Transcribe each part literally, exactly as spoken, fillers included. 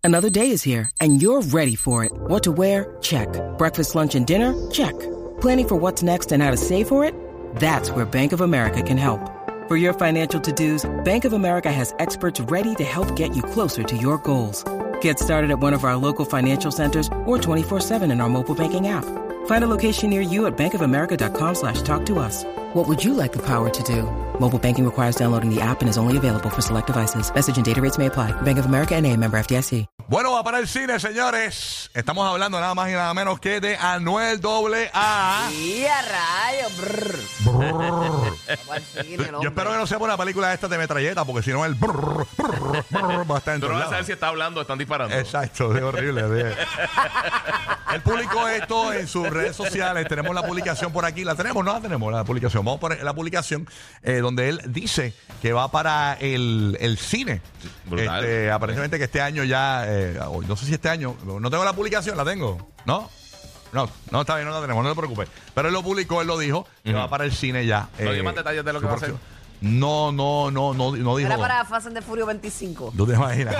Another day is here, and you're ready for it. What to wear? Check. Breakfast, lunch, and dinner? Check. Planning for what's next and how to save for it? That's where Bank of America can help. For your financial to-dos, Bank of America has experts ready to help get you closer to your goals. Get started at one of our local financial centers or twenty-four seven in our mobile banking app. Find a location near you at bankofamerica.com slash talk to us. What would you like the power to do? Mobile banking requires downloading the app and is only available for select devices. Message and data rates may apply. Bank of America N A, member F D I C. Bueno, va para el cine, señores. Estamos hablando nada más y nada menos que de Anuel doble A. ¡Y a rayos! Brr. Brr. Cine, Yo espero que no sea por una película esta de metralleta, porque si no el brr, brr, brr, va a estar en Tú no todos vas a saber lados. si está hablando o están disparando. Exacto, es horrible. Sí. Él publicó esto en sus redes sociales. Tenemos la publicación por aquí. ¿La tenemos? No la tenemos, la publicación. Vamos a poner la publicación eh, donde él dice que va para el, el cine. Brutal. Este, aparentemente que este año ya, eh, no sé si este año, no tengo la publicación, ¿la tengo? ¿No? No, no, está bien, no la tenemos, no te preocupes. Pero él lo publicó, él lo dijo, que Ujú. va para el cine ya. ¿No eh, dio más detalles de lo que su va a hacer? próximo- No, no, no, no, no dijo. Era para Fast and the Furious veinticinco. ¿Tú te imaginas?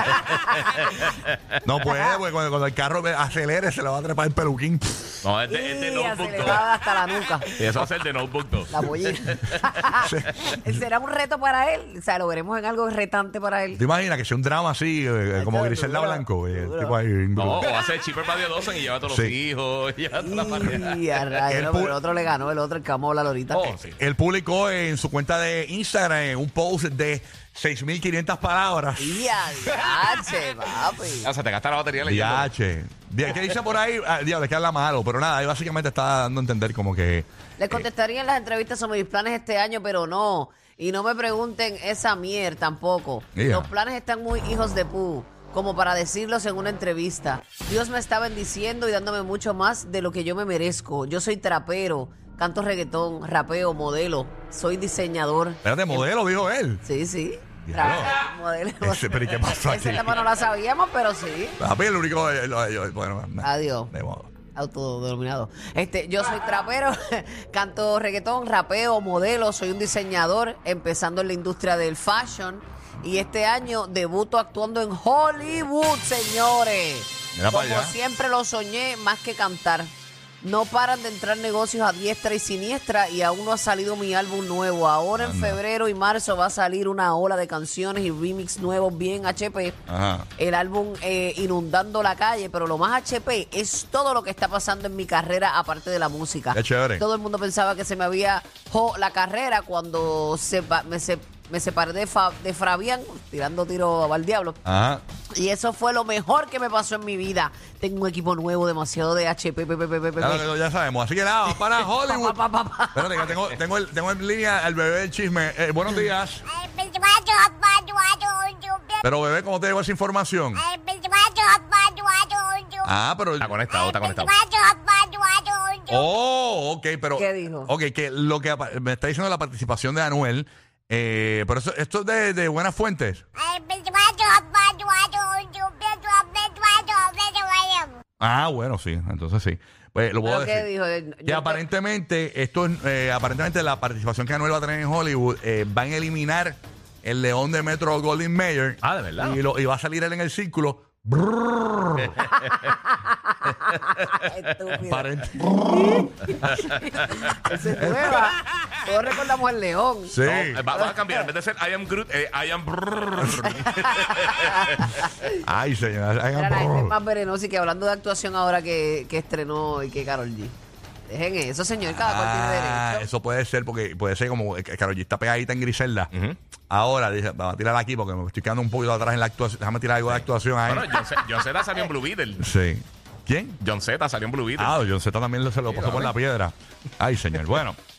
No puede, porque cuando, cuando el carro acelere se le va a trepar el peluquín. No, es de, es de Y notebook acelerada hasta la nuca. dos. Y eso va a ser de notebook dos. La pollita. ¿Será un reto para él? O sea, lo veremos en algo retante para él. ¿Te imaginas que sea un drama así, eh, como Ay, Griselda duro, Blanco? eh, duro. tipo ahí, No, o va a ser Cheaper para Dawson y lleva a todos los Sí. hijos. Y lleva a toda la pareja. Y a rayos, El no, pu- pero el otro le ganó, el otro el que vamos a hablar ahorita. Oh, sí. Él publicó en su cuenta de Instagram un post de seis mil quinientas palabras. Y a diache, papi. O sea, te gasta la batería leyendo. Diache. Di- ¿Qué dice por ahí? Ah, diablo, es que habla malo, pero nada, ahí básicamente está dando a entender como que... Les contestaría en las entrevistas sobre mis planes este año, pero no. Y no me pregunten esa mierda tampoco. Yeah. Los planes están muy hijos de pu, como para decirlos en una entrevista. Dios me está bendiciendo y dándome mucho más de lo que yo me merezco. Yo soy trapero, canto reggaetón, rapeo, modelo, soy diseñador. Espérate, modelo, dijo él. Sí, sí. Diablo. Trapero, modelo. Ese, pero ¿y qué pasó aquí? Ese tema no la sabíamos, pero sí. Papi, el único... eh, lo- yo- bueno, nada, Adiós. de modo. Autodenominado. Este, yo soy trapero, canto reggaetón, rapeo, modelo, soy un diseñador, empezando en la industria del fashion. Y este año debuto actuando en Hollywood, señores. Mira para Como allá. siempre lo soñé, más que cantar. No paran de entrar negocios a diestra y siniestra y aún no ha salido mi álbum nuevo. Ahora en Anda. febrero y marzo va a salir una ola de canciones y remix nuevos bien H P. Ajá. El álbum eh, inundando la calle, pero lo más H P es todo lo que está pasando en mi carrera aparte de la música. Qué chévere. Todo el mundo pensaba que se me había jo la carrera cuando sepa- me, se- me separé de, Fa- de Fabián, tirando tiro al diablo. Ajá. Y eso fue lo mejor que me pasó en mi vida. Tengo un equipo nuevo, demasiado de H P. P, P, P, P, P. Ya, lo- ya sabemos. Así que nada, vamos para Hollywood. Pa, pa, pa, pa. Espérate, que tengo, tengo, el- tengo en línea al bebé del chisme. Eh, buenos días. Pero bebé, ¿cómo te llegó esa información? Ah, pero... Está conectado, está conectado. Oh, ok, pero... ¿Qué dijo? Ok, que lo que apa- me está diciendo la participación de Anuel, eh, pero eso, esto es de, de buenas fuentes. Ah, bueno, sí, entonces sí. Pues lo puedo ¿Pero qué decir. dijo? Eh, Que yo- aparentemente, esto es, eh, aparentemente la participación que Anuel va a tener en Hollywood, eh, van a eliminar el león de Metro Goldwyn Mayer. Ah, ¿de verdad? Y, lo, y va a salir él en el círculo. Brrr. Estúpido. Aparent- Ese es nueva. Todos recordamos el león. Sí. No, eh, va- vas a cambiar. En vez de ser I am Groot, eh, I am brrr. Ay, señor. ay, Mira, la gente es brrr. más venenosa y que hablando de actuación ahora que, que estrenó y que Karol G. Dejen eso, señor, cada cual tiene Ah, derecho. eso puede ser porque puede ser como que Karol G está pegadita en Griselda. Ujú. Ahora, dice, vamos a tirar aquí porque me estoy quedando un poquito atrás en la actuación. Déjame tirar algo de actuación ahí. Bueno, John, Z- John Z salió en Blue Beetle. Sí. ¿Quién? John Z salió en Blue Beetle. Ah, John Z también se lo Sí, pasó por vale. la piedra. Ay, señor. Bueno,